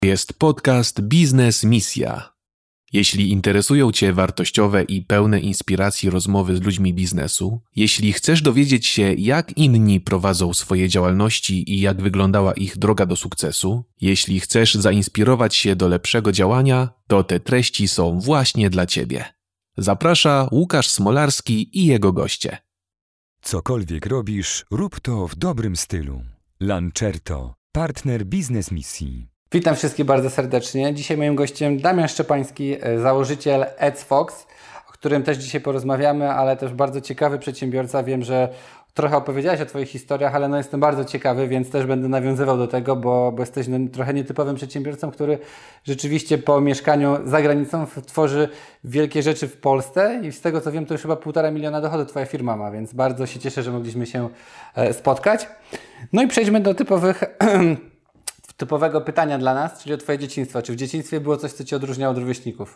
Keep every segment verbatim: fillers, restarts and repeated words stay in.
Jest podcast Biznes Misja. Jeśli interesują Cię wartościowe i pełne inspiracji rozmowy z ludźmi biznesu, jeśli chcesz dowiedzieć się, jak inni prowadzą swoje działalności i jak wyglądała ich droga do sukcesu, jeśli chcesz zainspirować się do lepszego działania, to te treści są właśnie dla Ciebie. Zaprasza Łukasz Smolarski i jego goście. Cokolwiek robisz, rób to w dobrym stylu. Lancerto, partner Biznes Misji. Witam wszystkich bardzo serdecznie. Dzisiaj moim gościem Damian Szczepański, założyciel AdsFox, o którym też dzisiaj porozmawiamy, ale też bardzo ciekawy przedsiębiorca. Wiem, że trochę opowiedziałeś o Twoich historiach, ale no jestem bardzo ciekawy, więc też będę nawiązywał do tego, bo, bo jesteś no, trochę nietypowym przedsiębiorcą, który rzeczywiście po mieszkaniu za granicą tworzy wielkie rzeczy w Polsce i z tego co wiem, to już chyba półtora miliona dochodu Twoja firma ma, więc bardzo się cieszę, że mogliśmy się spotkać. No i przejdźmy do typowych typowego pytania dla nas, czyli o Twoje dzieciństwo. Czy w dzieciństwie było coś, co Cię odróżniało od rówieśników?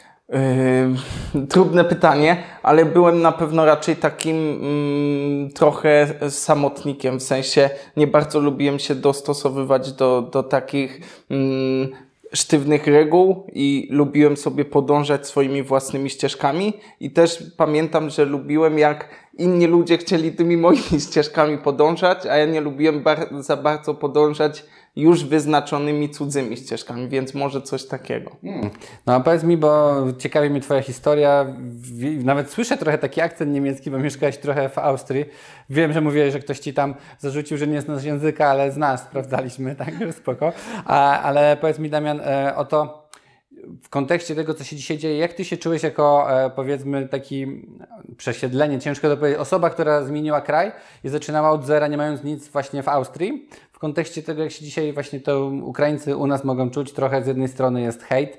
Yy, trudne pytanie, ale byłem na pewno raczej takim mm, trochę samotnikiem, w sensie nie bardzo lubiłem się dostosowywać do, do takich mm, sztywnych reguł i lubiłem sobie podążać swoimi własnymi ścieżkami i też pamiętam, że lubiłem jak inni ludzie chcieli tymi moimi ścieżkami podążać, a ja nie lubiłem bar- za bardzo podążać już wyznaczonymi cudzymi ścieżkami, więc może coś takiego. Hmm. No a powiedz mi, bo ciekawi mnie Twoja historia, nawet słyszę trochę taki akcent niemiecki, bo mieszkałeś trochę w Austrii. Wiem, że mówiłeś, że ktoś Ci tam zarzucił, że nie znasz języka, ale znasz, sprawdzaliśmy, tak, spoko. A, ale powiedz mi, Damian, e, o to w kontekście tego, co się dzisiaj dzieje, jak Ty się czułeś jako, e, powiedzmy, taki przesiedlenie, ciężko to powiedzieć, osoba, która zmieniła kraj i zaczynała od zera, nie mając nic właśnie w Austrii. W kontekście tego, jak się dzisiaj właśnie to Ukraińcy u nas mogą czuć, trochę z jednej strony jest hejt,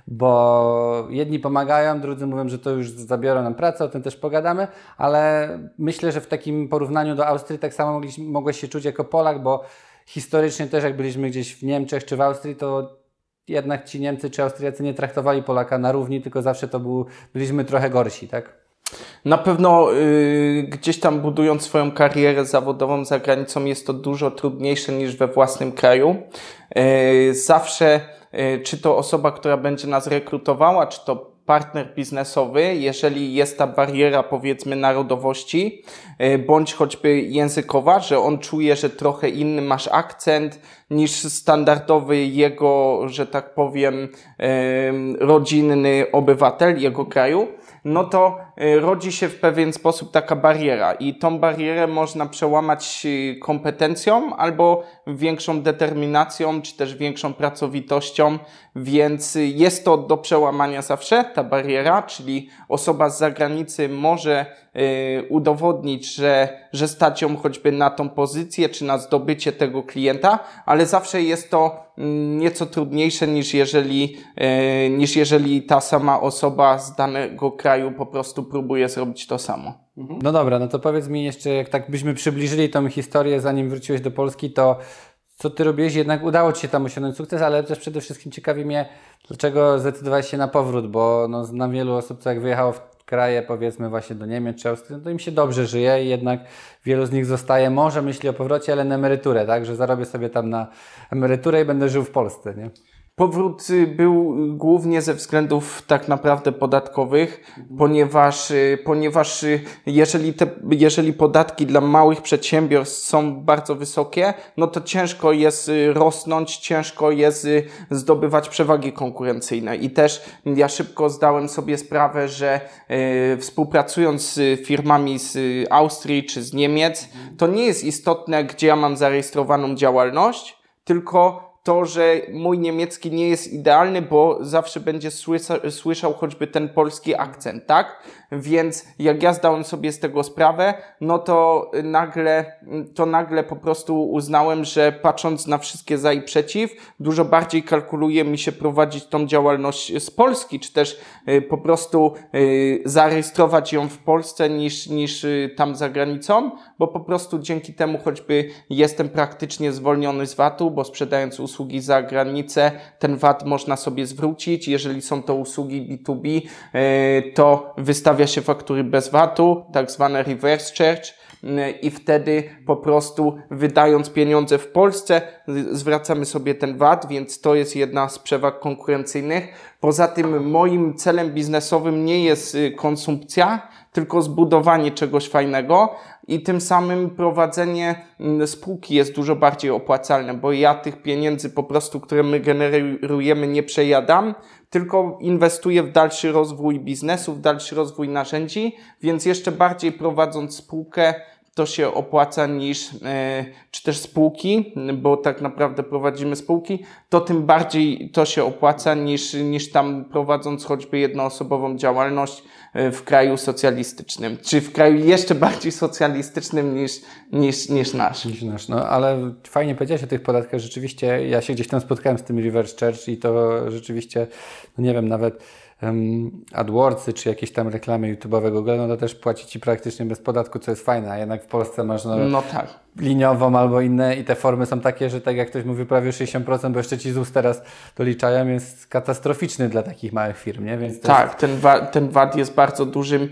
bo jedni pomagają, drudzy mówią, że to już zabiorą nam pracę, o tym też pogadamy, ale myślę, że w takim porównaniu do Austrii tak samo mogliśmy, mogłeś się czuć jako Polak, bo historycznie też jak byliśmy gdzieś w Niemczech czy w Austrii, to jednak ci Niemcy czy Austriacy nie traktowali Polaka na równi, tylko zawsze to był, byliśmy trochę gorsi, tak? Na pewno yy, gdzieś tam budując swoją karierę zawodową za granicą jest to dużo trudniejsze niż we własnym kraju. Yy, zawsze, yy, czy to osoba, która będzie nas rekrutowała, czy to partner biznesowy, jeżeli jest ta bariera, powiedzmy, narodowości, yy, bądź choćby językowa, że on czuje, że trochę inny masz akcent niż standardowy jego, że tak powiem, yy, rodzinny obywatel jego kraju, no to rodzi się w pewien sposób taka bariera i tą barierę można przełamać kompetencją albo większą determinacją, czy też większą pracowitością, więc jest to do przełamania zawsze, ta bariera, czyli osoba z zagranicy może y, udowodnić, że, że stać ją choćby na tą pozycję, czy na zdobycie tego klienta, ale zawsze jest to nieco trudniejsze niż jeżeli, y, niż jeżeli ta sama osoba z danego kraju po prostu próbuje zrobić to samo. No dobra, no to powiedz mi jeszcze, jak tak byśmy przybliżyli tą historię, zanim wróciłeś do Polski, to co Ty robiłeś? Jednak udało Ci się tam osiągnąć sukces, ale też przede wszystkim ciekawi mnie, dlaczego zdecydowałeś się na powrót, bo no, znam wielu osób, co jak wyjechało w kraje, powiedzmy właśnie do Niemiec czy Austrii, no to im się dobrze żyje i jednak wielu z nich zostaje, może myśli o powrocie, ale na emeryturę, tak, że zarobię sobie tam na emeryturę i będę żył w Polsce, nie? Powrót był głównie ze względów tak naprawdę podatkowych, mhm. ponieważ, ponieważ jeżeli, te, jeżeli podatki dla małych przedsiębiorstw są bardzo wysokie, no to ciężko jest rosnąć, ciężko jest zdobywać przewagi konkurencyjne. I też ja szybko zdałem sobie sprawę, że e, współpracując z firmami z Austrii czy z Niemiec, mhm. to nie jest istotne, gdzie ja mam zarejestrowaną działalność, tylko to, że mój niemiecki nie jest idealny, bo zawsze będzie słysa, słyszał choćby ten polski akcent, tak? Więc jak ja zdałem sobie z tego sprawę, no to nagle, to nagle po prostu uznałem, że patrząc na wszystkie za i przeciw, dużo bardziej kalkuluje mi się prowadzić tą działalność z Polski, czy też y, po prostu y, zarejestrować ją w Polsce niż, niż y, tam za granicą, bo po prostu dzięki temu choćby jestem praktycznie zwolniony z vatu, bo sprzedając usługi za granicę, ten vat można sobie zwrócić. Jeżeli są to usługi B dwa B, y, to wystawia się faktury bez vatu, tak zwane reverse charge, i wtedy po prostu wydając pieniądze w Polsce zwracamy sobie ten V A T, więc to jest jedna z przewag konkurencyjnych. Poza tym moim celem biznesowym nie jest konsumpcja, tylko zbudowanie czegoś fajnego i tym samym prowadzenie spółki jest dużo bardziej opłacalne, bo ja tych pieniędzy po prostu, które my generujemy, nie przejadam, tylko inwestuję w dalszy rozwój biznesu, w dalszy rozwój narzędzi, więc jeszcze bardziej prowadząc spółkę to się opłaca niż, czy też spółki, bo tak naprawdę prowadzimy spółki, to tym bardziej to się opłaca niż, niż tam prowadząc choćby jednoosobową działalność w kraju socjalistycznym, czy w kraju jeszcze bardziej socjalistycznym niż, niż, niż nasz. Niż nasz. No ale fajnie powiedziałeś o tych podatkach. Rzeczywiście ja się gdzieś tam spotkałem z tym Reverse Charge i to rzeczywiście, no nie wiem, nawet um, AdWordsy czy jakieś tam reklamy YouTube'owe Google, no to też płaci Ci praktycznie bez podatku, co jest fajne, a jednak w Polsce masz no, no tak. liniową albo inne i te formy są takie, że tak jak ktoś mówi prawie sześćdziesiąt procent, bo jeszcze Ci z ust teraz doliczają, jest katastroficzny dla takich małych firm, nie? Więc to tak, jest... ten, wa- ten V A T jest bardzo dużym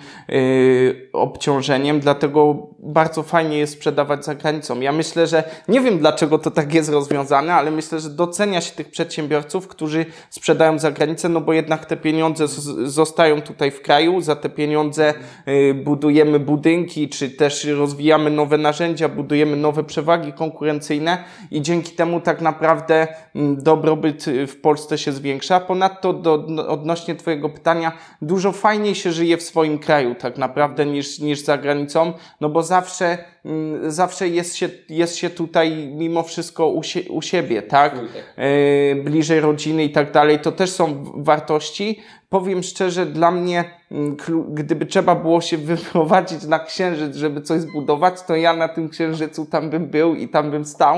yy, obciążeniem, dlatego bardzo fajnie jest sprzedawać za granicą. Ja myślę, że nie wiem dlaczego to tak jest rozwiązane, ale myślę, że docenia się tych przedsiębiorców, którzy sprzedają za granicę, no bo jednak te pieniądze z- zostają tutaj w kraju, za te pieniądze yy, budujemy budynki, czy też rozwijamy nowe narzędzia, budujemy nowe przewagi konkurencyjne i dzięki temu tak naprawdę dobrobyt w Polsce się zwiększa. Ponadto do, odnośnie Twojego pytania, dużo fajniej się żyje w swoim kraju tak naprawdę niż, niż za granicą, no bo zawsze, zawsze jest się, jest się tutaj mimo wszystko u, sie, u siebie, tak? Yy, bliżej rodziny i tak dalej. To też są wartości. Powiem szczerze, dla mnie, gdyby trzeba było się wyprowadzić na księżyc, żeby coś zbudować, to ja na tym księżycu tam bym był i tam bym stał,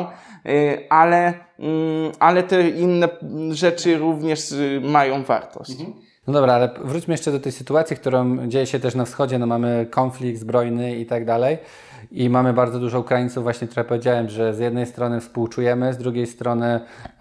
ale, ale te inne rzeczy również mają wartość. Mhm. No dobra, ale wróćmy jeszcze do tej sytuacji, którą dzieje się też na wschodzie. No mamy konflikt zbrojny i tak dalej. I mamy bardzo dużo Ukraińców, właśnie które powiedziałem, że z jednej strony współczujemy, z drugiej strony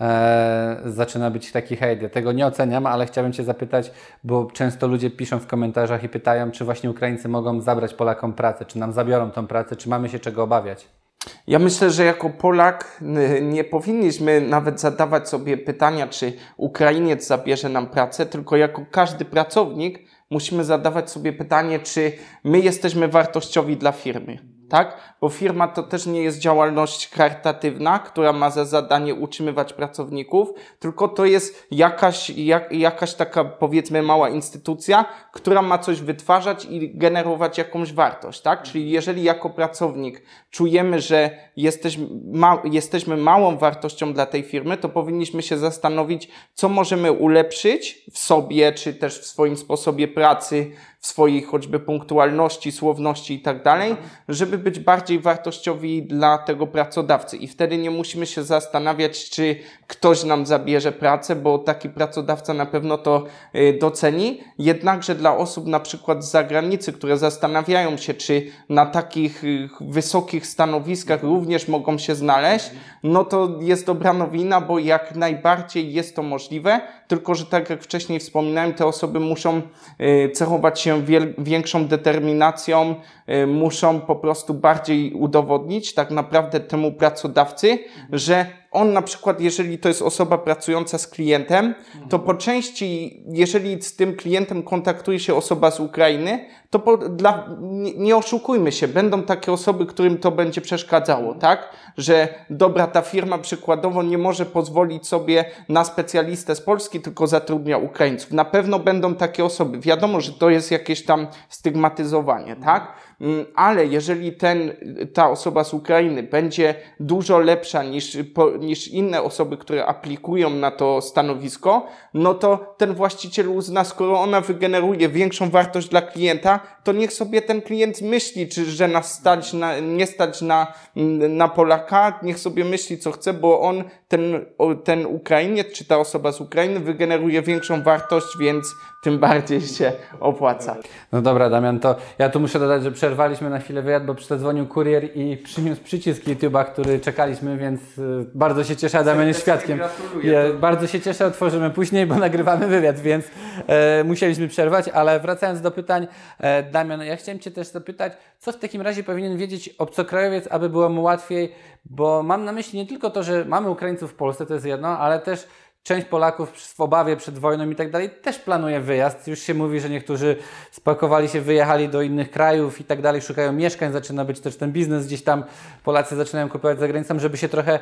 e, zaczyna być taki hejt. Ja tego nie oceniam, ale chciałbym Cię zapytać, bo często ludzie piszą w komentarzach i pytają, czy właśnie Ukraińcy mogą zabrać Polakom pracę, czy nam zabiorą tą pracę, czy mamy się czego obawiać? Ja myślę, że jako Polak nie powinniśmy nawet zadawać sobie pytania, czy Ukrainiec zabierze nam pracę, tylko jako każdy pracownik musimy zadawać sobie pytanie, czy my jesteśmy wartościowi dla firmy. Tak? Bo firma to też nie jest działalność charytatywna, która ma za zadanie utrzymywać pracowników, tylko to jest jakaś, jak, jakaś taka, powiedzmy, mała instytucja, która ma coś wytwarzać i generować jakąś wartość, tak? Czyli jeżeli jako pracownik czujemy, że jesteśmy, ma, jesteśmy małą wartością dla tej firmy, to powinniśmy się zastanowić, co możemy ulepszyć w sobie, czy też w swoim sposobie pracy, w swojej choćby punktualności, słowności i tak dalej, żeby być bardziej wartościowi dla tego pracodawcy. I wtedy nie musimy się zastanawiać, czy ktoś nam zabierze pracę, bo taki pracodawca na pewno to doceni. Jednakże dla osób na przykład z zagranicy, które zastanawiają się, czy na takich wysokich stanowiskach również mogą się znaleźć, no to jest dobra nowina, bo jak najbardziej jest to możliwe, tylko że tak jak wcześniej wspominałem, te osoby muszą cechować się większą determinacją, muszą po prostu bardziej udowodnić tak naprawdę temu pracodawcy, że on na przykład, jeżeli to jest osoba pracująca z klientem, to po części, jeżeli z tym klientem kontaktuje się osoba z Ukrainy, to po, dla, nie, nie oszukujmy się, będą takie osoby, którym to będzie przeszkadzało, tak? Że dobra, ta firma przykładowo nie może pozwolić sobie na specjalistę z Polski, tylko zatrudnia Ukraińców. Na pewno będą takie osoby. Wiadomo, że to jest jakieś tam stygmatyzowanie, tak? Ale jeżeli ten, ta osoba z Ukrainy będzie dużo lepsza niż, niż inne osoby, które aplikują na to stanowisko, no to ten właściciel uzna, skoro ona wygeneruje większą wartość dla klienta, to niech sobie ten klient myśli, czy że nas stać na, nie stać na, na Polaka, niech sobie myśli co chce, bo on, ten, ten Ukrainiec, czy ta osoba z Ukrainy wygeneruje większą wartość, więc tym bardziej się opłaca. No dobra, Damian, to ja tu muszę dodać, że przerwaliśmy na chwilę wywiad, bo przedzwonił kurier i przyniósł przycisk YouTube'a, który czekaliśmy, więc bardzo się cieszę, Adam jest świadkiem. Ja, bardzo się cieszę, otworzymy później, bo nagrywamy wywiad, więc e, musieliśmy przerwać, ale wracając do pytań, e, Damian, ja chciałem Cię też zapytać, co w takim razie powinien wiedzieć obcokrajowiec, aby było mu łatwiej, bo mam na myśli nie tylko to, że mamy Ukraińców w Polsce, to jest jedno, ale też część Polaków w obawie przed wojną i tak dalej też planuje wyjazd. Już się mówi, że niektórzy spakowali się, wyjechali do innych krajów i tak dalej, szukają mieszkań, zaczyna być też ten biznes gdzieś tam, Polacy zaczynają kupować za granicą, żeby się trochę,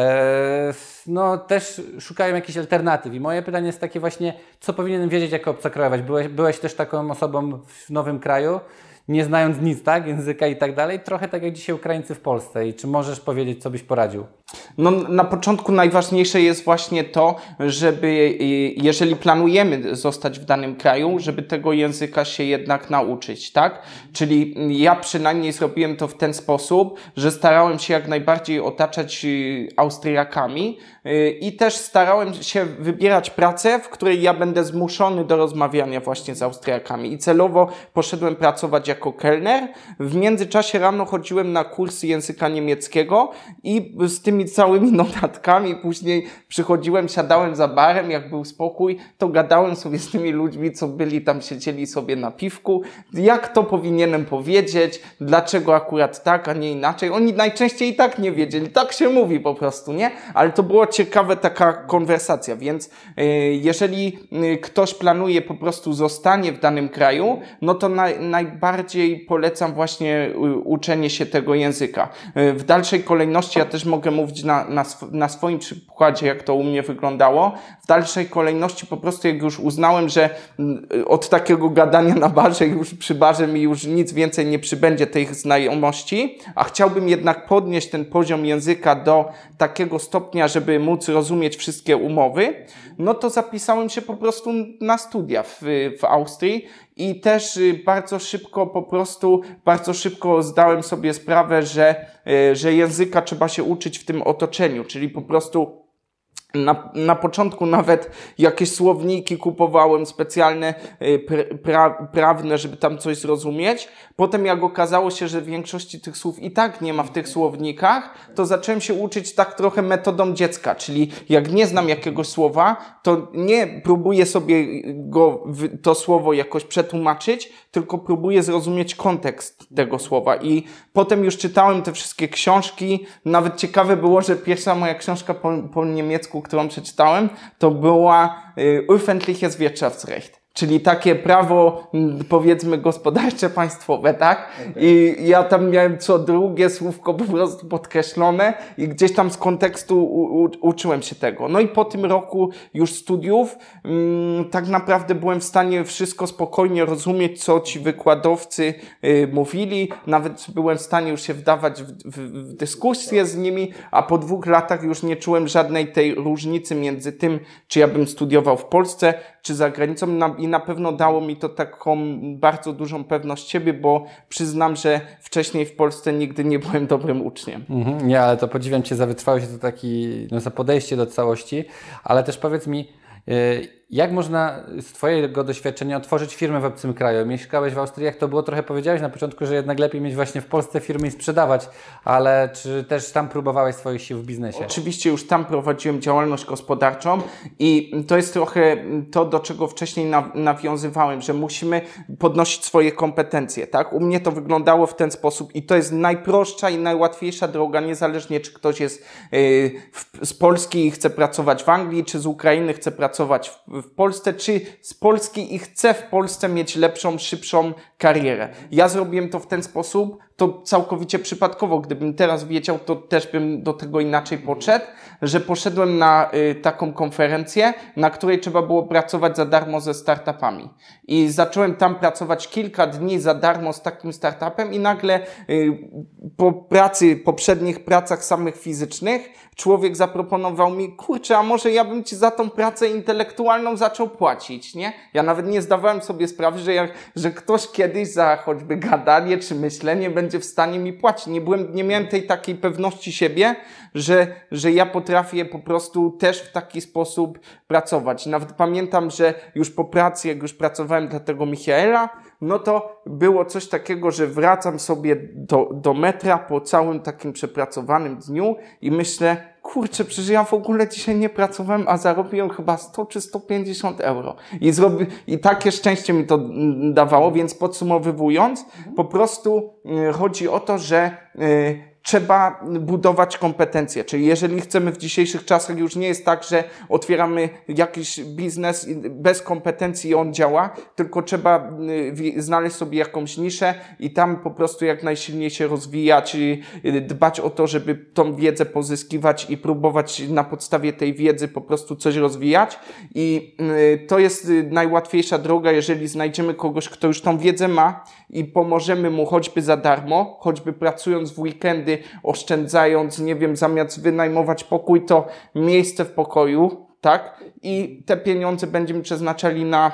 e, no też szukają jakichś alternatyw. I moje pytanie jest takie właśnie, co powinienem wiedzieć jako obcokrajowiec? Byłeś, byłeś też taką osobą w nowym kraju, nie znając nic, tak, języka i tak dalej, trochę tak jak dzisiaj Ukraińcy w Polsce. I czy możesz powiedzieć, co byś poradził? No, na początku najważniejsze jest właśnie to, żeby jeżeli planujemy zostać w danym kraju, żeby tego języka się jednak nauczyć, tak? Czyli ja przynajmniej zrobiłem to w ten sposób, że starałem się jak najbardziej otaczać Austriakami i też starałem się wybierać pracę, w której ja będę zmuszony do rozmawiania właśnie z Austriakami i celowo poszedłem pracować jako kelner. W międzyczasie rano chodziłem na kursy języka niemieckiego i z tymi całymi notatkami później przychodziłem, siadałem za barem, jak był spokój, to gadałem sobie z tymi ludźmi, co byli tam, siedzieli sobie na piwku, jak to powinienem powiedzieć, dlaczego akurat tak, a nie inaczej. Oni najczęściej i tak nie wiedzieli, tak się mówi po prostu, nie? Ale to była ciekawa taka konwersacja, więc yy, jeżeli yy, ktoś planuje po prostu zostanie w danym kraju, no to na, najbardziej polecam właśnie yy, uczenie się tego języka. Yy, w dalszej kolejności ja też mogę mówić na, na, sw- na swoim przykładzie, jak to u mnie wyglądało. W dalszej kolejności po prostu jak już uznałem, że y, od takiego gadania na barze, już przy barze mi już nic więcej nie przybędzie tych znajomości, a chciałbym jednak podnieść ten poziom języka do takiego stopnia, żeby móc rozumieć wszystkie umowy, no to zapisałem się po prostu na studia w, w Austrii i też bardzo szybko po prostu, bardzo szybko zdałem sobie sprawę, że, że języka trzeba się uczyć w tym otoczeniu, czyli po prostu Na, na początku nawet jakieś słowniki kupowałem specjalne, pra, prawne, żeby tam coś zrozumieć. Potem jak okazało się, że większości tych słów i tak nie ma w tych słownikach, to zacząłem się uczyć tak trochę metodą dziecka, czyli jak nie znam jakiegoś słowa, to nie próbuję sobie go, to słowo jakoś przetłumaczyć, tylko próbuję zrozumieć kontekst tego słowa. I potem już czytałem te wszystkie książki. Nawet ciekawe było, że pierwsza moja książka po, po niemiecku, którą przeczytałem, to była y, Öffentliches Wirtschaftsrecht. Czyli takie prawo, powiedzmy, gospodarcze, państwowe, tak? Okay. I ja tam miałem co drugie słówko po prostu podkreślone i gdzieś tam z kontekstu u, u, uczyłem się tego. No i po tym roku już studiów mm, tak naprawdę byłem w stanie wszystko spokojnie rozumieć, co ci wykładowcy y, mówili. Nawet byłem w stanie już się wdawać w, w, w dyskusję z nimi, a po dwóch latach już nie czułem żadnej tej różnicy między tym, czy ja bym studiował w Polsce, czy za granicą. I na pewno dało mi to taką bardzo dużą pewność siebie, bo przyznam, że wcześniej w Polsce nigdy nie byłem dobrym uczniem. Mhm, nie, ale to podziwiam Cię za wytrwałość, to taki, no, za podejście do całości, ale też powiedz mi, jak można z Twojego doświadczenia otworzyć firmę w obcym kraju? Mieszkałeś w Austrii, jak to było? Trochę powiedziałeś na początku, że jednak lepiej mieć właśnie w Polsce firmy i sprzedawać, ale czy też tam próbowałeś swoich sił w biznesie? Oczywiście już tam prowadziłem działalność gospodarczą i to jest trochę to, do czego wcześniej nawiązywałem, że musimy podnosić swoje kompetencje, tak? U mnie to wyglądało w ten sposób i to jest najprostsza i najłatwiejsza droga, niezależnie czy ktoś jest yy, z Polski i chce pracować w Anglii, czy z Ukrainy chce pracować w w Polsce, czy z Polski i chcę w Polsce mieć lepszą, szybszą karierę. Ja zrobiłem to w ten sposób, to całkowicie przypadkowo. Gdybym teraz wiedział, to też bym do tego inaczej podszedł, że poszedłem na y, taką konferencję, na której trzeba było pracować za darmo ze startupami. I zacząłem tam pracować kilka dni za darmo z takim startupem i nagle y, po pracy, poprzednich pracach samych fizycznych, człowiek zaproponował mi, kurczę, a może ja bym ci za tą pracę intelektualną zaczął płacić, nie? Ja nawet nie zdawałem sobie sprawy, że, jak, że ktoś kiedyś za choćby gadanie czy myślenie będzie w stanie mi płacić. Nie byłem, nie miałem tej takiej pewności siebie, że, że ja potrafię po prostu też w taki sposób pracować. Nawet pamiętam, że już po pracy, jak już pracowałem dla tego Michaela, no to było coś takiego, że wracam sobie do, do metra po całym takim przepracowanym dniu i myślę, kurczę, przecież ja w ogóle dzisiaj nie pracowałem, a zarobiłem chyba sto czy sto pięćdziesiąt euro. I, zrobi, I takie szczęście mi to dawało, więc podsumowywując, po prostu y, chodzi o to, że y, trzeba budować kompetencje. Czyli jeżeli chcemy w dzisiejszych czasach, już nie jest tak, że otwieramy jakiś biznes bez kompetencji i on działa, tylko trzeba znaleźć sobie jakąś niszę i tam po prostu jak najsilniej się rozwijać i dbać o to, żeby tą wiedzę pozyskiwać i próbować na podstawie tej wiedzy po prostu coś rozwijać. I to jest najłatwiejsza droga, jeżeli znajdziemy kogoś, kto już tą wiedzę ma i pomożemy mu choćby za darmo, choćby pracując w weekendy, oszczędzając, nie wiem, zamiast wynajmować pokój, to miejsce w pokoju, tak? I te pieniądze będziemy przeznaczali na,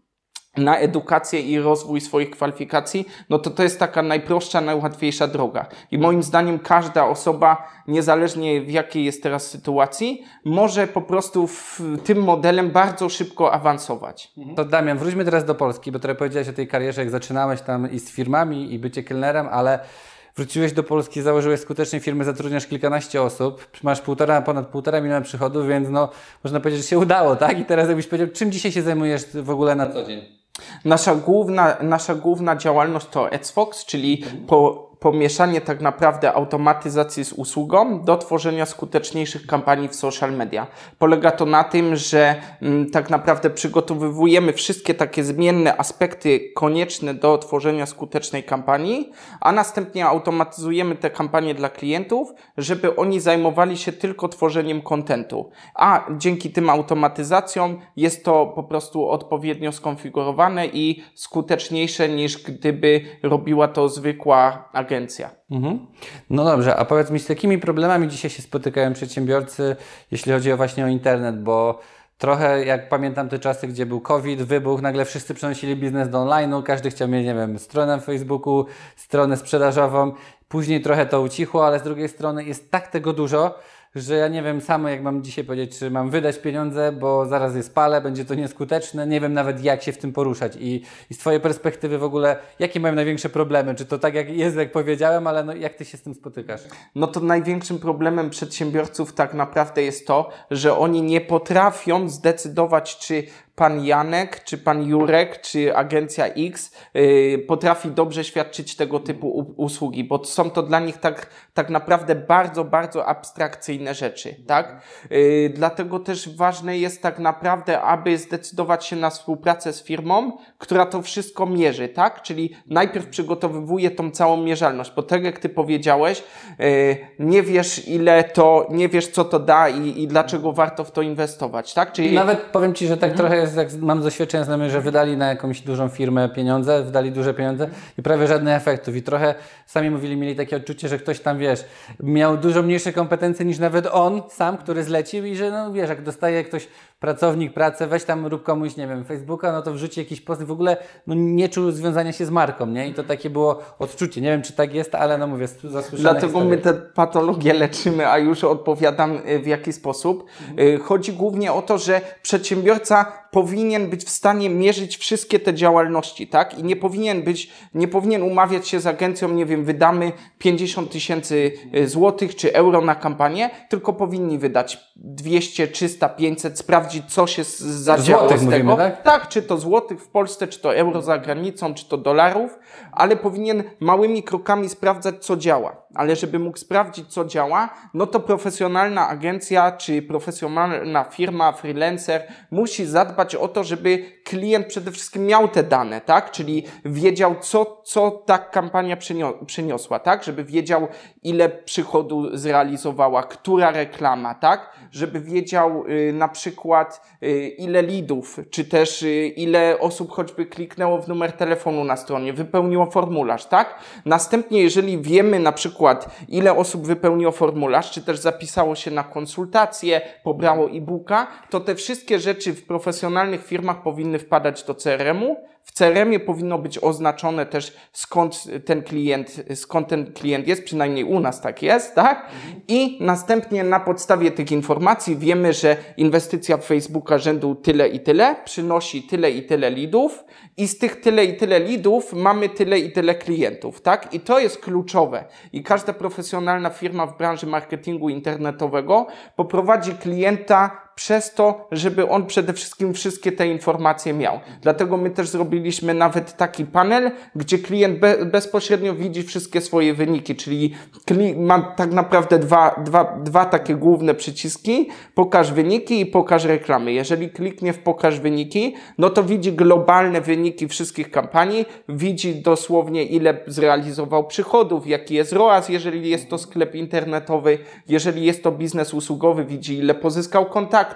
na edukację i rozwój swoich kwalifikacji, no to to jest taka najprostsza, najłatwiejsza droga. I moim zdaniem każda osoba, niezależnie w jakiej jest teraz sytuacji, może po prostu w tym modelem bardzo szybko awansować. To Damian, wróćmy teraz do Polski, bo trochę powiedziałeś o tej karierze, jak zaczynałeś tam i z firmami, i bycie kelnerem, ale wróciłeś do Polski, założyłeś skutecznie firmę, zatrudniasz kilkanaście osób, masz półtora, ponad półtora miliona przychodów, więc no, można powiedzieć, że się udało, tak? I teraz jakbyś powiedział, czym dzisiaj się zajmujesz w ogóle na co dzień? Nasza główna, nasza główna działalność to AdsFox, czyli po, pomieszanie tak naprawdę automatyzacji z usługą do tworzenia skuteczniejszych kampanii w social media. Polega to na tym, że m, tak naprawdę przygotowujemy wszystkie takie zmienne aspekty konieczne do tworzenia skutecznej kampanii, a następnie automatyzujemy te kampanie dla klientów, żeby oni zajmowali się tylko tworzeniem kontentu. A dzięki tym automatyzacjom jest to po prostu odpowiednio skonfigurowane i skuteczniejsze niż gdyby robiła to zwykła agencja. Mhm. No dobrze, a powiedz mi, z jakimi problemami dzisiaj się spotykają przedsiębiorcy, jeśli chodzi o właśnie o internet, bo trochę jak pamiętam te czasy, gdzie był COVID, wybuch, nagle wszyscy przenosili biznes do online'u, każdy chciał mieć, nie wiem, stronę na Facebooku, stronę sprzedażową, później trochę to ucichło, ale z drugiej strony jest tak tego dużo, że ja nie wiem samo, jak mam dzisiaj powiedzieć, czy mam wydać pieniądze, bo zaraz je spalę, będzie to nieskuteczne, nie wiem nawet jak się w tym poruszać i, i z Twojej perspektywy w ogóle, jakie mają największe problemy? Czy to tak jak jest, jak powiedziałem, ale no, jak Ty się z tym spotykasz? No to największym problemem przedsiębiorców tak naprawdę jest to, że oni nie potrafią zdecydować, czy pan Janek, czy pan Jurek, czy agencja X yy, potrafi dobrze świadczyć tego typu u- usługi, bo są to dla nich tak, tak naprawdę bardzo, bardzo abstrakcyjne rzeczy, tak? Yy, dlatego też ważne jest tak naprawdę, aby zdecydować się na współpracę z firmą, która to wszystko mierzy, tak? Czyli najpierw przygotowywuje tą całą mierzalność, bo tak jak ty powiedziałeś, yy, nie wiesz ile to, nie wiesz co to da i, i dlaczego warto w to inwestować, tak? Czyli... Nawet powiem Ci, że tak mhm. trochę jak mam doświadczenie znajomych, że wydali na jakąś dużą firmę pieniądze, wydali duże pieniądze i prawie żadnych efektów. I trochę sami mówili, mieli takie odczucie, że ktoś tam, wiesz, miał dużo mniejsze kompetencje niż nawet on sam, który zlecił i że, no wiesz, jak dostaje ktoś, pracownik pracę, weź tam rób komuś, nie wiem, Facebooka, no to wrzuci jakiś post i w ogóle no, nie czuł związania się z marką, nie? I to takie było odczucie. Nie wiem, czy tak jest, ale no mówię, zasłyszane Dlatego historie. my te patologie leczymy, a już odpowiadam w jaki sposób. Mhm. Chodzi głównie o to, że przedsiębiorca powinien być w stanie mierzyć wszystkie te działalności, tak? I nie powinien być, nie powinien umawiać się z agencją, nie wiem, wydamy pięćdziesiąt tysięcy złotych czy euro na kampanię, tylko powinni wydać dwieście, trzysta, pięćset, sprawdzić, co się zadziało złotych z tego. Mówimy, tak? tak, czy to złotych w Polsce, czy to euro za granicą, czy to dolarów, ale powinien małymi krokami sprawdzać, co działa. Ale żeby mógł sprawdzić, co działa, no to profesjonalna agencja, czy profesjonalna firma, freelancer musi zadbać o to, żeby klient przede wszystkim miał te dane, tak? Czyli wiedział, co, co ta kampania przyniosła, tak? Żeby wiedział, ile przychodu zrealizowała, która reklama, tak? Żeby wiedział y, na przykład y, ile leadów, czy też y, ile osób choćby kliknęło w numer telefonu na stronie, wypełniło formularz, tak? Następnie, jeżeli wiemy na przykład przykład ile osób wypełniło formularz, czy też zapisało się na konsultację, pobrało e-booka, to te wszystkie rzeczy w profesjonalnych firmach powinny wpadać do C R M-u. W C R M-ie powinno być oznaczone też skąd ten klient, skąd ten klient jest, przynajmniej u nas tak jest, tak? I następnie na podstawie tych informacji wiemy, że inwestycja w Facebooka rzędu tyle i tyle przynosi tyle i tyle leadów i z tych tyle i tyle leadów mamy tyle i tyle klientów, tak? I to jest kluczowe. I każda profesjonalna firma w branży marketingu internetowego poprowadzi klienta przez to, żeby on przede wszystkim wszystkie te informacje miał. Dlatego my też zrobiliśmy nawet taki panel, gdzie klient be, bezpośrednio widzi wszystkie swoje wyniki, czyli kli, ma tak naprawdę dwa, dwa, dwa takie główne przyciski, pokaż wyniki i pokaż reklamy. Jeżeli kliknie w pokaż wyniki, no to widzi globalne wyniki wszystkich kampanii, widzi dosłownie ile zrealizował przychodów, jaki jest R O A S, jeżeli jest to sklep internetowy, jeżeli jest to biznes usługowy, widzi ile pozyskał kontaktów,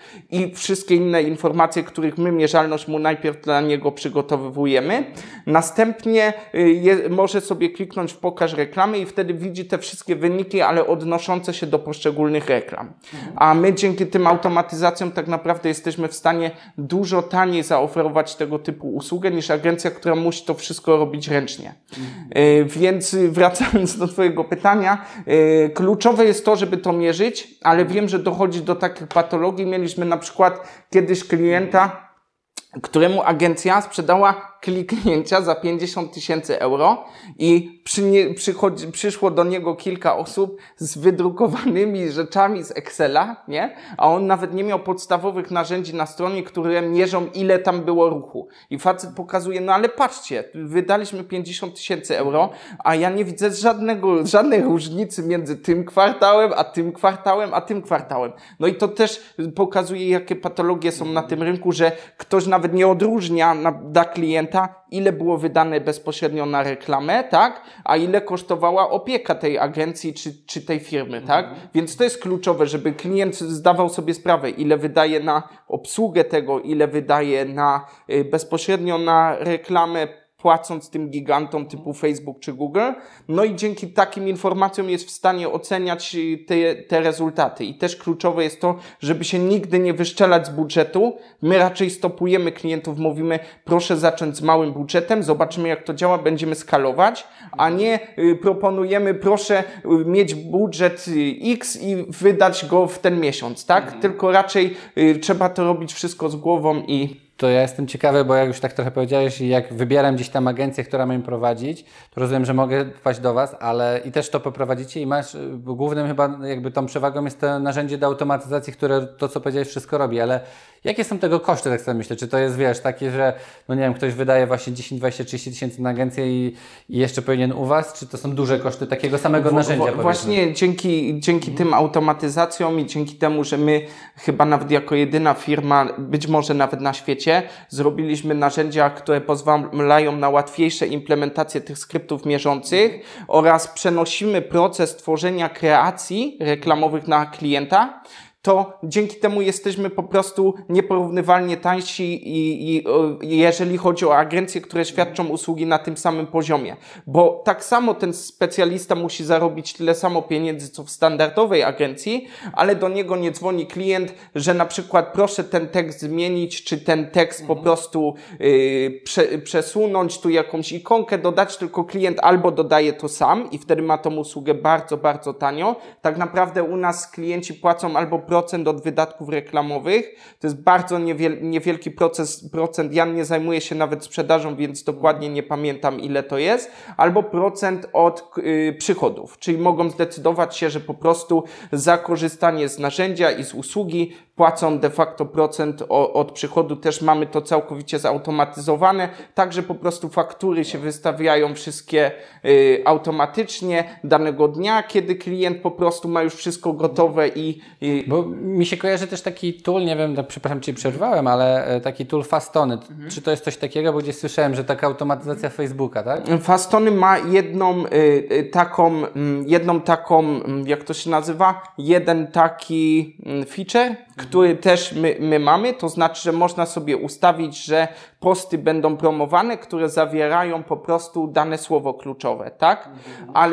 i wszystkie inne informacje, których my mierzalność mu najpierw dla niego przygotowujemy. Następnie je, może sobie kliknąć w pokaż reklamy i wtedy widzi te wszystkie wyniki, ale odnoszące się do poszczególnych reklam. A my dzięki tym automatyzacjom tak naprawdę jesteśmy w stanie dużo taniej zaoferować tego typu usługę niż agencja, która musi to wszystko robić ręcznie. Yy, więc wracając do twojego pytania, yy, kluczowe jest to, żeby to mierzyć, ale wiem, że dochodzi do takich patologii. Mieliśmy na przykład kiedyś klienta, któremu agencja sprzedała kliknięcia za pięćdziesiąt tysięcy euro i przy, przychodzi, przyszło do niego kilka osób z wydrukowanymi rzeczami z Excela, nie? A on nawet nie miał podstawowych narzędzi na stronie, które mierzą, ile tam było ruchu. I facet pokazuje, no ale patrzcie, wydaliśmy pięćdziesiąt tysięcy euro, a ja nie widzę żadnego, żadnej różnicy między tym kwartałem, a tym kwartałem, a tym kwartałem. No i to też pokazuje, jakie patologie są na tym rynku, że ktoś nawet nie odróżnia na, dla klienta, ile było wydane bezpośrednio na reklamę, tak? A ile kosztowała opieka tej agencji czy, czy tej firmy, tak? Mhm. Więc to jest kluczowe, żeby klient zdawał sobie sprawę, ile wydaje na obsługę tego, ile wydaje na y, bezpośrednio na reklamę, płacąc tym gigantom typu Facebook czy Google. No i dzięki takim informacjom jest w stanie oceniać te, te rezultaty. I też kluczowe jest to, żeby się nigdy nie wyszczelać z budżetu. My raczej stopujemy klientów, mówimy, proszę zacząć z małym budżetem, zobaczymy jak to działa, będziemy skalować, a nie y, proponujemy, proszę y, mieć budżet y, X i wydać go w ten miesiąc, tak? Mhm. Tylko raczej y, trzeba to robić wszystko z głową i to ja jestem ciekawy, bo jak już tak trochę powiedziałeś, jak wybieram gdzieś tam agencję, która ma im prowadzić, to rozumiem, że mogę wpaść do Was, ale i też to poprowadzicie i masz, głównym chyba jakby tą przewagą jest to narzędzie do automatyzacji, które to, co powiedziałeś, wszystko robi, ale jakie są tego koszty, tak sobie myślę? Czy to jest, wiesz, takie, że no nie wiem, ktoś wydaje właśnie dziesięć, dwadzieścia, trzydzieści tysięcy na agencję i, i jeszcze powinien u Was, czy to są duże koszty takiego samego narzędzia? W, właśnie dzięki, dzięki tym automatyzacjom i dzięki temu, że my chyba nawet jako jedyna firma, być może nawet na świecie, zrobiliśmy narzędzia, które pozwalają na łatwiejsze implementacje tych skryptów mierzących oraz przenosimy proces tworzenia kreacji reklamowych na klienta, to dzięki temu jesteśmy po prostu nieporównywalnie tańsi i, i, i jeżeli chodzi o agencje, które świadczą usługi na tym samym poziomie. Bo tak samo ten specjalista musi zarobić tyle samo pieniędzy, co w standardowej agencji, ale do niego nie dzwoni klient, że na przykład proszę ten tekst zmienić, czy ten tekst mhm. po prostu yy, prze, przesunąć, tu jakąś ikonkę dodać, tylko klient albo dodaje to sam i wtedy ma tą usługę bardzo, bardzo tanio. Tak naprawdę u nas klienci płacą albo procent od wydatków reklamowych. To jest bardzo niewiel, niewielki proces, procent. Ja nie zajmuję się nawet sprzedażą, więc dokładnie nie pamiętam, ile to jest. Albo procent od y, przychodów. Czyli mogą zdecydować się, że po prostu za korzystanie z narzędzia i z usługi płacą de facto procent o, od przychodu. Też mamy to całkowicie zautomatyzowane. Także po prostu faktury się wystawiają wszystkie y, automatycznie danego dnia, kiedy klient po prostu ma już wszystko gotowe i... i Bo mi się kojarzy też taki tool, nie wiem, tak, przepraszam, Cię przerwałem, ale taki tool Fastony. Mhm. Czy to jest coś takiego? Bo gdzieś słyszałem, że taka automatyzacja Facebooka, tak? Fastony ma jedną y, taką, jedną taką, jak to się nazywa? Jeden taki feature, mhm. który też my, my mamy. To znaczy, że można sobie ustawić, że posty będą promowane, które zawierają po prostu dane słowo kluczowe, tak? Mhm. Ale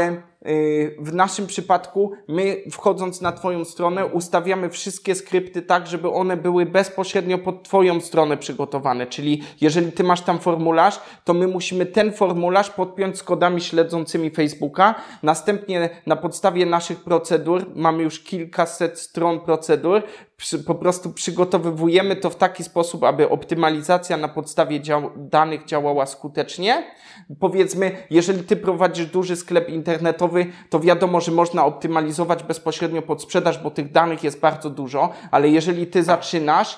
w naszym przypadku my, wchodząc na Twoją stronę, ustawiamy wszystkie skrypty tak, żeby one były bezpośrednio pod Twoją stronę przygotowane. Czyli jeżeli Ty masz tam formularz, to my musimy ten formularz podpiąć z kodami śledzącymi Facebooka. Następnie na podstawie naszych procedur, mamy już kilkaset stron procedur, przy, po prostu przygotowujemy to w taki sposób, aby optymalizacja na podstawie dział, danych działała skutecznie. Powiedzmy, jeżeli Ty prowadzisz duży sklep internetowy, to wiadomo, że można optymalizować bezpośrednio pod sprzedaż, bo tych danych jest bardzo dużo, ale jeżeli Ty zaczynasz,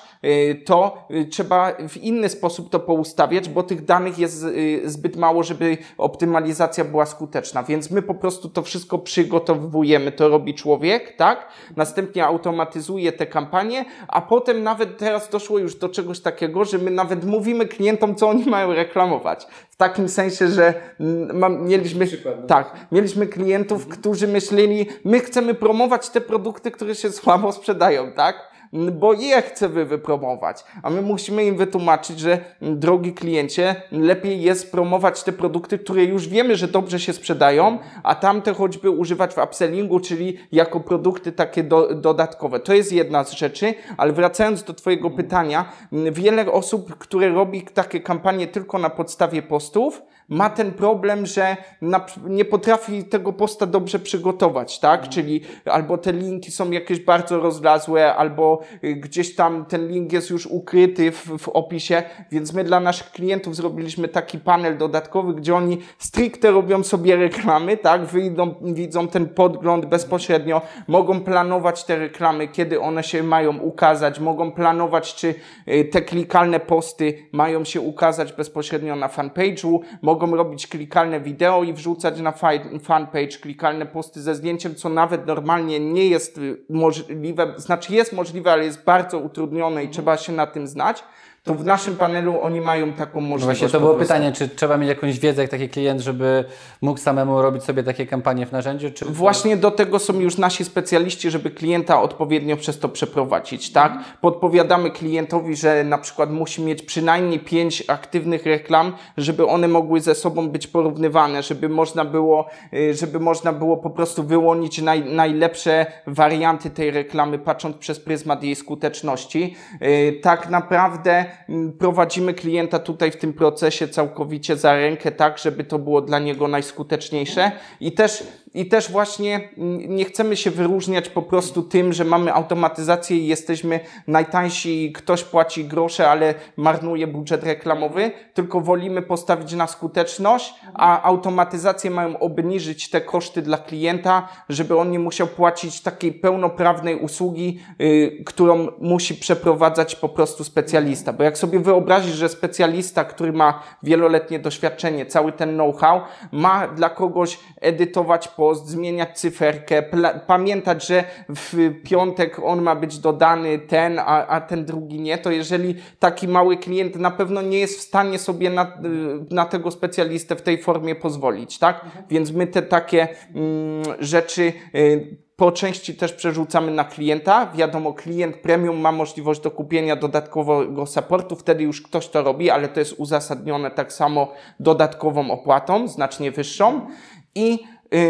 to trzeba w inny sposób to poustawiać, bo tych danych jest zbyt mało, żeby optymalizacja była skuteczna. Więc my po prostu to wszystko przygotowujemy, to robi człowiek, tak? Następnie automatyzuje te kampanie, a potem nawet teraz doszło już do czegoś takiego, że my nawet mówimy klientom, co oni mają reklamować. W takim sensie, że mam, mieliśmy, tak, mieliśmy klientów, mhm. którzy myśleli, my chcemy promować te produkty, które się słabo sprzedają, tak? Bo je chcemy wypromować, a my musimy im wytłumaczyć, że drogi kliencie, lepiej jest promować te produkty, które już wiemy, że dobrze się sprzedają, a tamte choćby używać w upsellingu, czyli jako produkty takie do, dodatkowe. To jest jedna z rzeczy, ale wracając do Twojego pytania, wiele osób, które robi takie kampanie tylko na podstawie postów, ma ten problem, że na, nie potrafi tego posta dobrze przygotować, tak? Mhm. Czyli albo te linki są jakieś bardzo rozlazłe, albo gdzieś tam ten link jest już ukryty w, w opisie, więc my dla naszych klientów zrobiliśmy taki panel dodatkowy, gdzie oni stricte robią sobie reklamy, tak? Wyjdą, widzą ten podgląd bezpośrednio, mogą planować te reklamy, kiedy one się mają ukazać, mogą planować, czy te klikalne posty mają się ukazać bezpośrednio na fanpage'u, mogą robić klikalne wideo i wrzucać na fanpage, klikalne posty ze zdjęciem, co nawet normalnie nie jest możliwe, znaczy jest możliwe, ale jest bardzo utrudnione i trzeba się na tym znać. To w naszym panelu oni mają taką możliwość. No właśnie to było pytanie, czy trzeba mieć jakąś wiedzę jak taki klient, żeby mógł samemu robić sobie takie kampanie w narzędziu? Czy... Właśnie do tego są już nasi specjaliści, żeby klienta odpowiednio przez to przeprowadzić, tak? Mhm. Podpowiadamy klientowi, że na przykład musi mieć przynajmniej pięć aktywnych reklam, żeby one mogły ze sobą być porównywane, żeby można było, żeby można było po prostu wyłonić naj, najlepsze warianty tej reklamy, patrząc przez pryzmat jej skuteczności. Tak naprawdę prowadzimy klienta tutaj w tym procesie całkowicie za rękę, tak, żeby to było dla niego najskuteczniejsze i też I też właśnie nie chcemy się wyróżniać po prostu tym, że mamy automatyzację i jesteśmy najtańsi i ktoś płaci grosze, ale marnuje budżet reklamowy, tylko wolimy postawić na skuteczność, a automatyzacje mają obniżyć te koszty dla klienta, żeby on nie musiał płacić takiej pełnoprawnej usługi, yy, którą musi przeprowadzać po prostu specjalista. Bo jak sobie wyobrazisz, że specjalista, który ma wieloletnie doświadczenie, cały ten know-how, ma dla kogoś edytować po zmieniać cyferkę, pamiętać, że w piątek on ma być dodany ten, a, a ten drugi nie, to jeżeli taki mały klient na pewno nie jest w stanie sobie na, na tego specjalistę w tej formie pozwolić, tak? Mhm. Więc my te takie mm, rzeczy y, po części też przerzucamy na klienta. Wiadomo, klient premium ma możliwość do kupienia dodatkowego supportu, wtedy już ktoś to robi, ale to jest uzasadnione tak samo dodatkową opłatą, znacznie wyższą i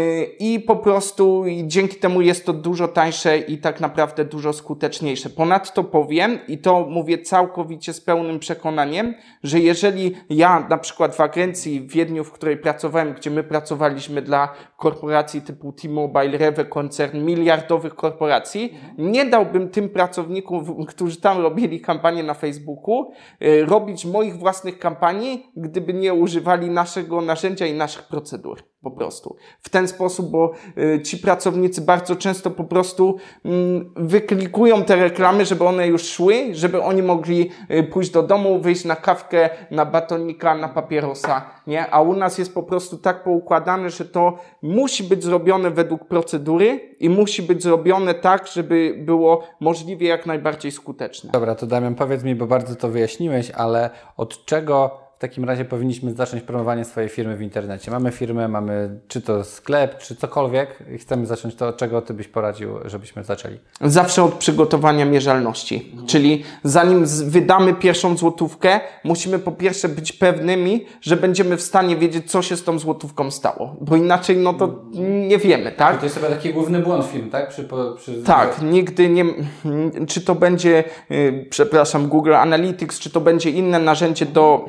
I po prostu i dzięki temu jest to dużo tańsze i tak naprawdę dużo skuteczniejsze. Ponadto powiem, i to mówię całkowicie z pełnym przekonaniem, że jeżeli ja na przykład w agencji w Wiedniu, w której pracowałem, gdzie my pracowaliśmy dla korporacji typu T-Mobile, Rewe, koncern miliardowych korporacji, nie dałbym tym pracownikom, którzy tam robili kampanię na Facebooku, robić moich własnych kampanii, gdyby nie używali naszego narzędzia i naszych procedur. Po prostu. W ten sposób, bo y, ci pracownicy bardzo często po prostu y, wyklikują te reklamy, żeby one już szły, żeby oni mogli y, pójść do domu, wyjść na kawkę, na batonika, na papierosa, nie? A u nas jest po prostu tak poukładane, że to musi być zrobione według procedury i musi być zrobione tak, żeby było możliwie jak najbardziej skuteczne. Dobra, to Damian, powiedz mi, bo bardzo to wyjaśniłeś, ale od czego w takim razie powinniśmy zacząć promowanie swojej firmy w internecie? Mamy firmę, mamy czy to sklep, czy cokolwiek i chcemy zacząć to, od czego Ty byś poradził, żebyśmy zaczęli? Zawsze od przygotowania mierzalności. Mhm. Czyli zanim wydamy pierwszą złotówkę, musimy po pierwsze być pewnymi, że będziemy w stanie wiedzieć, co się z tą złotówką stało. Bo inaczej, no to nie wiemy, tak? To jest chyba taki główny błąd firm, tak? Przy, przy... Tak, nigdy nie... Czy to będzie, yy, przepraszam, Google Analytics, czy to będzie inne narzędzie do,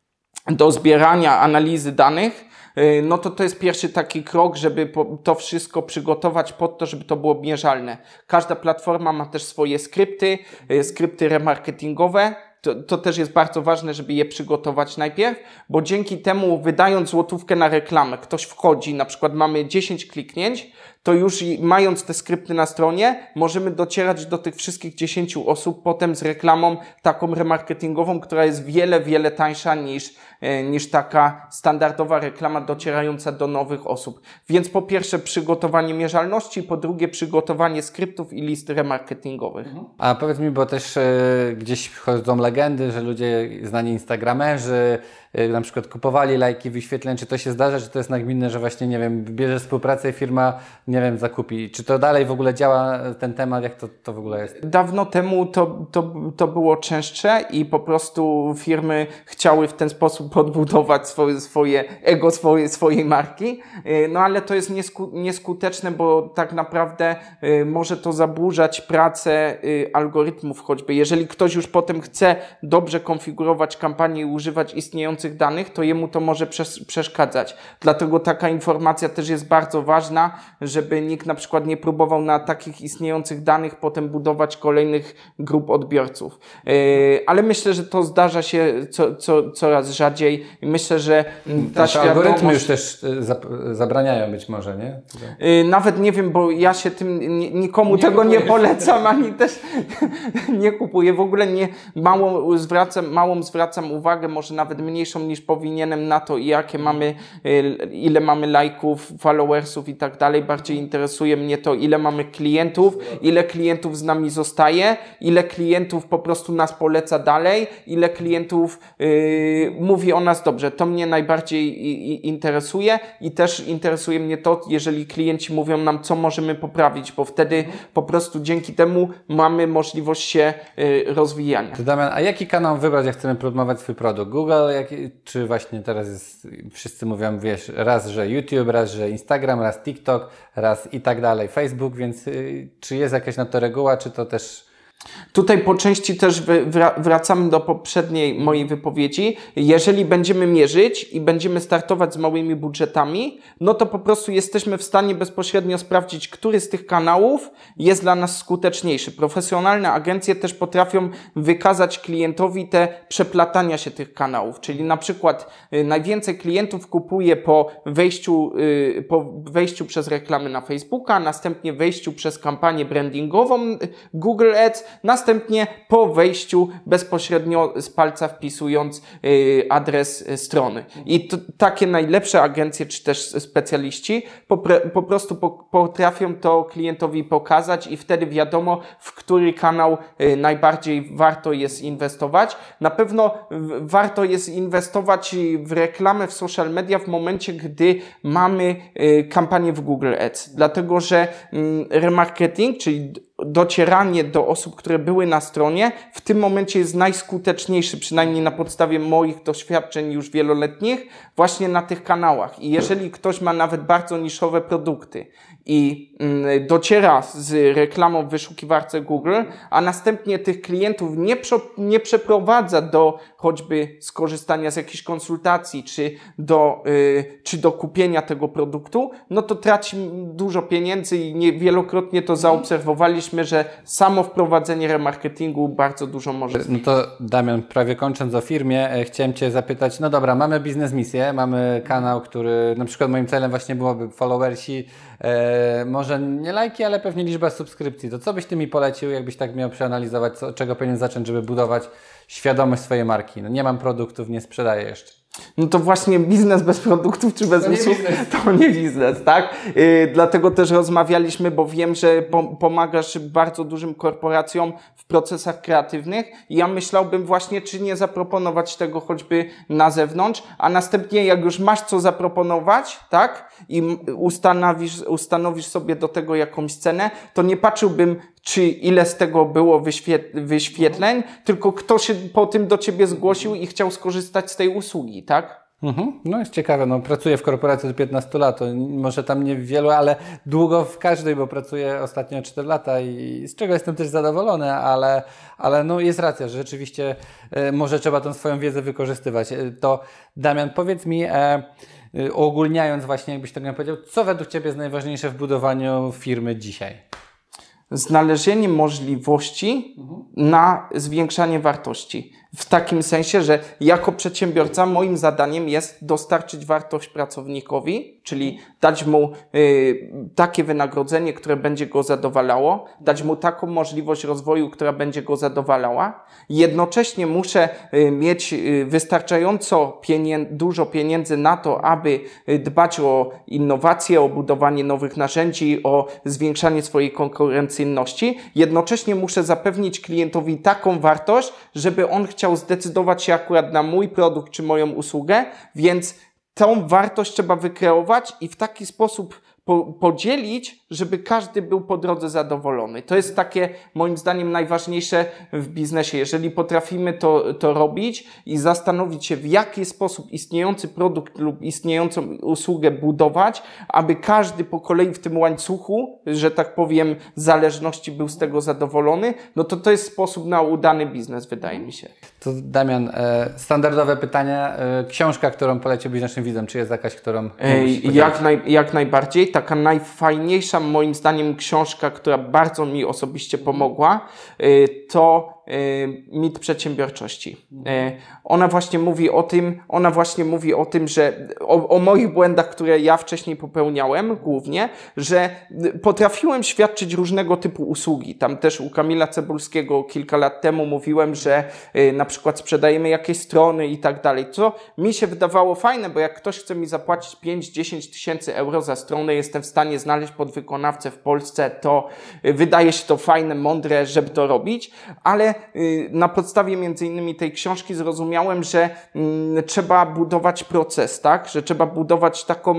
do zbierania, analizy danych, yy, no to to jest pierwszy taki krok, żeby po, to wszystko przygotować pod to, żeby to było mierzalne. Każda platforma ma też swoje skrypty, yy, skrypty remarketingowe. To, to też jest bardzo ważne, żeby je przygotować najpierw, bo dzięki temu, wydając złotówkę na reklamę, ktoś wchodzi, na przykład mamy dziesięć kliknięć, to już mając te skrypty na stronie, możemy docierać do tych wszystkich dziesięciu osób potem z reklamą taką remarketingową, która jest wiele, wiele tańsza niż, niż taka standardowa reklama docierająca do nowych osób. Więc po pierwsze przygotowanie mierzalności, po drugie przygotowanie skryptów i list remarketingowych. A powiedz mi, bo też y, gdzieś chodzą legendy, że ludzie znani instagramerzy y, na przykład kupowali lajki wyświetleń. Czy to się zdarza, czy to jest nagminne, że właśnie, nie wiem, bierze współpracę i firma, nie wiem, zakupi. Czy to dalej w ogóle działa ten temat? Jak to, to w ogóle jest? Dawno temu to, to, to było częstsze i po prostu firmy chciały w ten sposób podbudować swoje, swoje ego, swoje, swojej marki. No ale to jest niesku, nieskuteczne, bo tak naprawdę y, może to zaburzać pracę y, algorytmów choćby. Jeżeli ktoś już potem chce dobrze konfigurować kampanię i używać istniejących danych, to jemu to może przes- przeszkadzać. Dlatego taka informacja też jest bardzo ważna, żeby nikt na przykład nie próbował na takich istniejących danych potem budować kolejnych grup odbiorców. Yy, ale myślę, że to zdarza się co, co, coraz rzadziej. Myślę, że ta świadomość... Algorytmy już też zabraniają być może, nie? Yy, nawet nie wiem, bo ja się tym nie, nikomu nie tego kupujesz. Nie polecam, ani też nie kupuję. W ogóle nie mało zwracam, małą zwracam uwagę, może nawet mniejszą niż powinienem na to, jakie mamy, ile mamy lajków, followersów i tak dalej. Bardziej interesuje mnie to, ile mamy klientów, ile klientów z nami zostaje, ile klientów po prostu nas poleca dalej, ile klientów yy, mówi o nas dobrze. To mnie najbardziej i, i interesuje i też interesuje mnie to, jeżeli klienci mówią nam, co możemy poprawić, bo wtedy po prostu dzięki temu mamy możliwość się yy, rozwijania. To Damian, a jaki kanał wybrać, jak chcemy promować swój produkt? Google, jak, czy właśnie teraz jest, wszyscy mówią, wiesz, raz, że YouTube, raz, że Instagram, raz TikTok, raz i tak dalej, Facebook, więc y, czy jest jakaś na to reguła, czy to też... Tutaj po części też wracamy do poprzedniej mojej wypowiedzi. Jeżeli będziemy mierzyć i będziemy startować z małymi budżetami, no to po prostu jesteśmy w stanie bezpośrednio sprawdzić, który z tych kanałów jest dla nas skuteczniejszy. Profesjonalne agencje też potrafią wykazać klientowi te przeplatania się tych kanałów, czyli na przykład y, najwięcej klientów kupuje po wejściu, y, po wejściu przez reklamy na Facebooka, następnie wejściu przez kampanię brandingową y, Google Ads, następnie po wejściu bezpośrednio z palca wpisując y, adres y, strony. I to, takie najlepsze agencje czy też specjaliści po, po prostu po, potrafią to klientowi pokazać i wtedy wiadomo, w który kanał y, najbardziej warto jest inwestować. Na pewno w, warto jest inwestować w reklamę w social media w momencie, gdy mamy y, kampanię w Google Ads. Dlatego, że y, remarketing, czyli docieranie do osób, które były na stronie, w tym momencie jest najskuteczniejszy, przynajmniej na podstawie moich doświadczeń już wieloletnich, właśnie na tych kanałach. I jeżeli ktoś ma nawet bardzo niszowe produkty i mm, dociera z reklamą w wyszukiwarce Google, a następnie tych klientów nie, prze, nie przeprowadza do choćby skorzystania z jakichś konsultacji, czy do, y, czy do kupienia tego produktu, no to traci dużo pieniędzy i nie, wielokrotnie to zaobserwowaliśmy, że samo wprowadzenie remarketingu bardzo dużo może... No to Damian, prawie kończąc o firmie, e, chciałem Cię zapytać, no dobra, mamy biznes misję, mamy kanał, który na przykład moim celem właśnie byłoby followersi, e, może nie lajki, ale pewnie liczba subskrypcji. To co byś Ty mi polecił, jakbyś tak miał przeanalizować, co, od czego powinien zacząć, żeby budować świadomość swojej marki? No nie mam produktów, nie sprzedaję jeszcze. No to właśnie biznes bez produktów czy bez to usług nie to nie biznes, tak? Yy, dlatego też rozmawialiśmy, bo wiem, że pom- pomagasz bardzo dużym korporacjom w procesach kreatywnych i ja myślałbym właśnie, czy nie zaproponować tego choćby na zewnątrz, a następnie jak już masz co zaproponować, tak? I ustanowisz, ustanowisz sobie do tego jakąś cenę, to nie patrzyłbym, czy ile z tego było wyświet- wyświetleń, tylko kto się po tym do ciebie zgłosił i chciał skorzystać z tej usługi, tak? Mhm. No jest ciekawe, no pracuję w korporacji od piętnastu lat, to może tam nie wielu, ale długo w każdej, bo pracuję ostatnio cztery lata i z czego jestem też zadowolony, ale, ale no jest racja, że rzeczywiście e, może trzeba tą swoją wiedzę wykorzystywać. E, to Damian, powiedz mi, e, uogólniając właśnie, jakbyś tak powiedział, co według Ciebie jest najważniejsze w budowaniu firmy dzisiaj? Znalezienie możliwości mhm. na zwiększanie wartości. W takim sensie, że jako przedsiębiorca moim zadaniem jest dostarczyć wartość pracownikowi, czyli dać mu y, takie wynagrodzenie, które będzie go zadowalało, dać mu taką możliwość rozwoju, która będzie go zadowalała. Jednocześnie muszę y, mieć y, wystarczająco pienien- dużo pieniędzy na to, aby y, dbać o innowacje, o budowanie nowych narzędzi, o zwiększanie swojej konkurencyjności. Jednocześnie muszę zapewnić klientowi taką wartość, żeby on chciał chciał zdecydować się akurat na mój produkt czy moją usługę, więc tą wartość trzeba wykreować i w taki sposób po, podzielić, żeby każdy był po drodze zadowolony. To jest takie, moim zdaniem, najważniejsze w biznesie. Jeżeli potrafimy to, to robić i zastanowić się, w jaki sposób istniejący produkt lub istniejącą usługę budować, aby każdy po kolei w tym łańcuchu, że tak powiem, zależności był z tego zadowolony, no to to jest sposób na udany biznes, wydaje mi się. To Damian, e, standardowe pytania. E, książka, którą poleciłbyś naszym widzom, czy jest jakaś, którą... Ej, jak, naj, jak najbardziej. Taka najfajniejsza, moim zdaniem, książka, która bardzo mi osobiście pomogła, y, to y, Mit przedsiębiorczości. Y, ona właśnie mówi o tym, ona właśnie mówi o tym, że o, o moich błędach, które ja wcześniej popełniałem głównie, że potrafiłem świadczyć różnego typu usługi. Tam też u Kamila Cebulskiego kilka lat temu mówiłem, że y, na przykład sprzedajemy jakieś strony i tak dalej, co mi się wydawało fajne, bo jak ktoś chce mi zapłacić pięć dziesięć tysięcy euro za stronę, jestem w stanie znaleźć podwykonawcę w Polsce, to y, wydaje się to fajne, mądre, żeby to robić, ale y, na podstawie między innymi tej książki zrozumiałem, że y, trzeba budować proces, tak? Że trzeba budować taką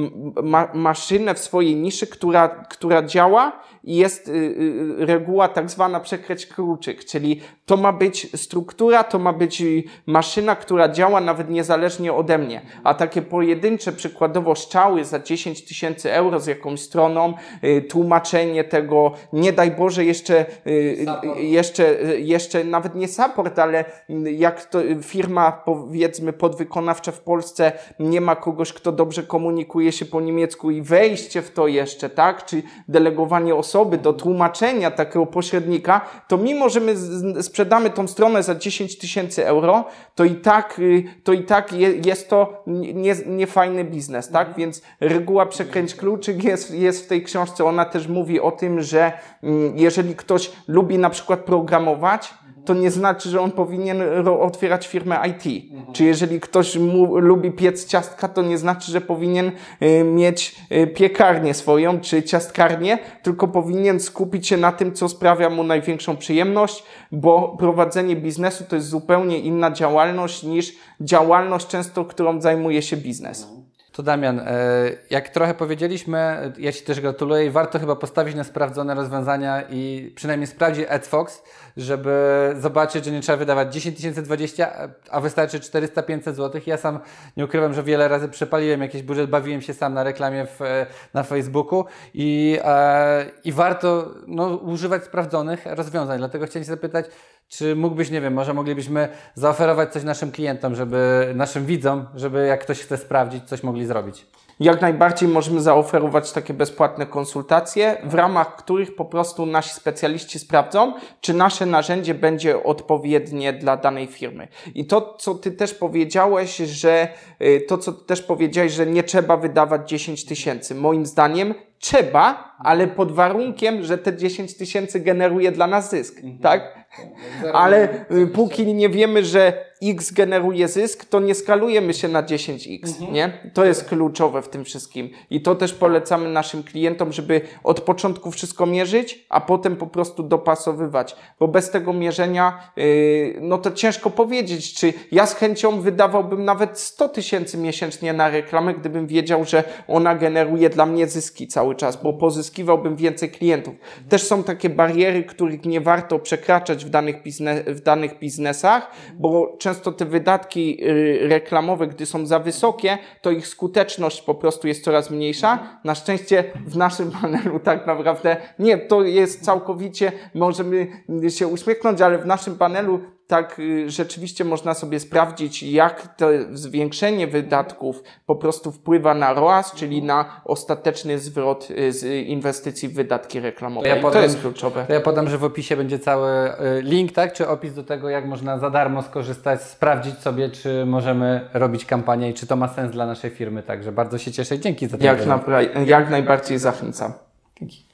ma- maszynę w swojej niszy, która, która działa i jest y, y, reguła tak zwana przekręć kluczyk, czyli to ma być struktura, to ma być maszyna, która działa nawet niezależnie ode mnie, a takie pojedyncze przykładowo strzały za dziesięć tysięcy euro z jakąś stroną, y, tłumaczenie tego, nie daj Boże jeszcze, y, jeszcze, y, jeszcze nawet nie support, ale y, jak to firma powiedzmy podwykonawcza w Polsce nie ma kogoś, kto dobrze komunikuje się po niemiecku i wejście w to jeszcze, tak, czy delegowanie osoby do tłumaczenia takiego pośrednika, to mimo, że my z- sprzedamy tą stronę za dziesięć tysięcy euro, to i tak, y, to i tak je, jest to nie, niefajny biznes, tak, mhm. Więc reguła przekręć kluczyk jest, jest w tej książce, ona też mówi o tym, że mm, jeżeli ktoś lubi na przykład programować, to nie znaczy, że on powinien ro- otwierać firmę I T. Mhm. Czy jeżeli ktoś mu lubi piec ciastka, to nie znaczy, że powinien y, mieć y, piekarnię swoją, czy ciastkarnię, tylko powinien skupić się na tym, co sprawia mu największą przyjemność, bo prowadzenie biznesu to jest zupełnie inna działalność niż działalność często, którą zajmuje się biznes. To Damian, jak trochę powiedzieliśmy, ja Ci też gratuluję i warto chyba postawić na sprawdzone rozwiązania i przynajmniej sprawdzić AdFox, żeby zobaczyć, że nie trzeba wydawać dziesięć tysięcy, dwadzieścia, a wystarczy czterysta pięćset złotych. Ja sam nie ukrywam, że wiele razy przepaliłem jakiś budżet, bawiłem się sam na reklamie w, na Facebooku i, e, i warto no, używać sprawdzonych rozwiązań. Dlatego chciałem Cię zapytać, czy mógłbyś, nie wiem, może moglibyśmy zaoferować coś naszym klientom, żeby naszym widzom, żeby jak ktoś chce sprawdzić, coś mogli zrobić? Jak najbardziej możemy zaoferować takie bezpłatne konsultacje, w ramach których po prostu nasi specjaliści sprawdzą, czy nasze narzędzie będzie odpowiednie dla danej firmy. I to, co Ty też powiedziałeś, że to, co Ty też powiedziałeś, że nie trzeba wydawać dziesięć tysięcy. Moim zdaniem trzeba, ale pod warunkiem, że te dziesięć tysięcy generuje dla nas zysk, mhm. tak? Ale póki nie wiemy, że X generuje zysk, to nie skalujemy się na dziesięć X, mhm. nie? To jest kluczowe w tym wszystkim. I to też polecamy naszym klientom, żeby od początku wszystko mierzyć, a potem po prostu dopasowywać. Bo bez tego mierzenia, yy, no to ciężko powiedzieć, czy ja z chęcią wydawałbym nawet sto tysięcy miesięcznie na reklamę, gdybym wiedział, że ona generuje dla mnie zyski cały czas, bo pozyskiwałbym więcej klientów. Też są takie bariery, których nie warto przekraczać w danych, biznes, w danych biznesach, bo często te wydatki reklamowe, gdy są za wysokie, to ich skuteczność po prostu jest coraz mniejsza. Na szczęście w naszym panelu tak naprawdę nie, to jest całkowicie, możemy się uśmiechnąć, ale w naszym panelu tak rzeczywiście można sobie sprawdzić, jak to zwiększenie wydatków po prostu wpływa na R O A S, czyli na ostateczny zwrot z inwestycji w wydatki reklamowe. Ja I podam, to jest kluczowe. To ja podam, że w opisie będzie cały link, tak? Czy opis do tego, jak można za darmo skorzystać, sprawdzić sobie, czy możemy robić kampanię i czy to ma sens dla naszej firmy. Także bardzo się cieszę. Dzięki za to. Jak, na, jak najbardziej zachęcam. Dzięki.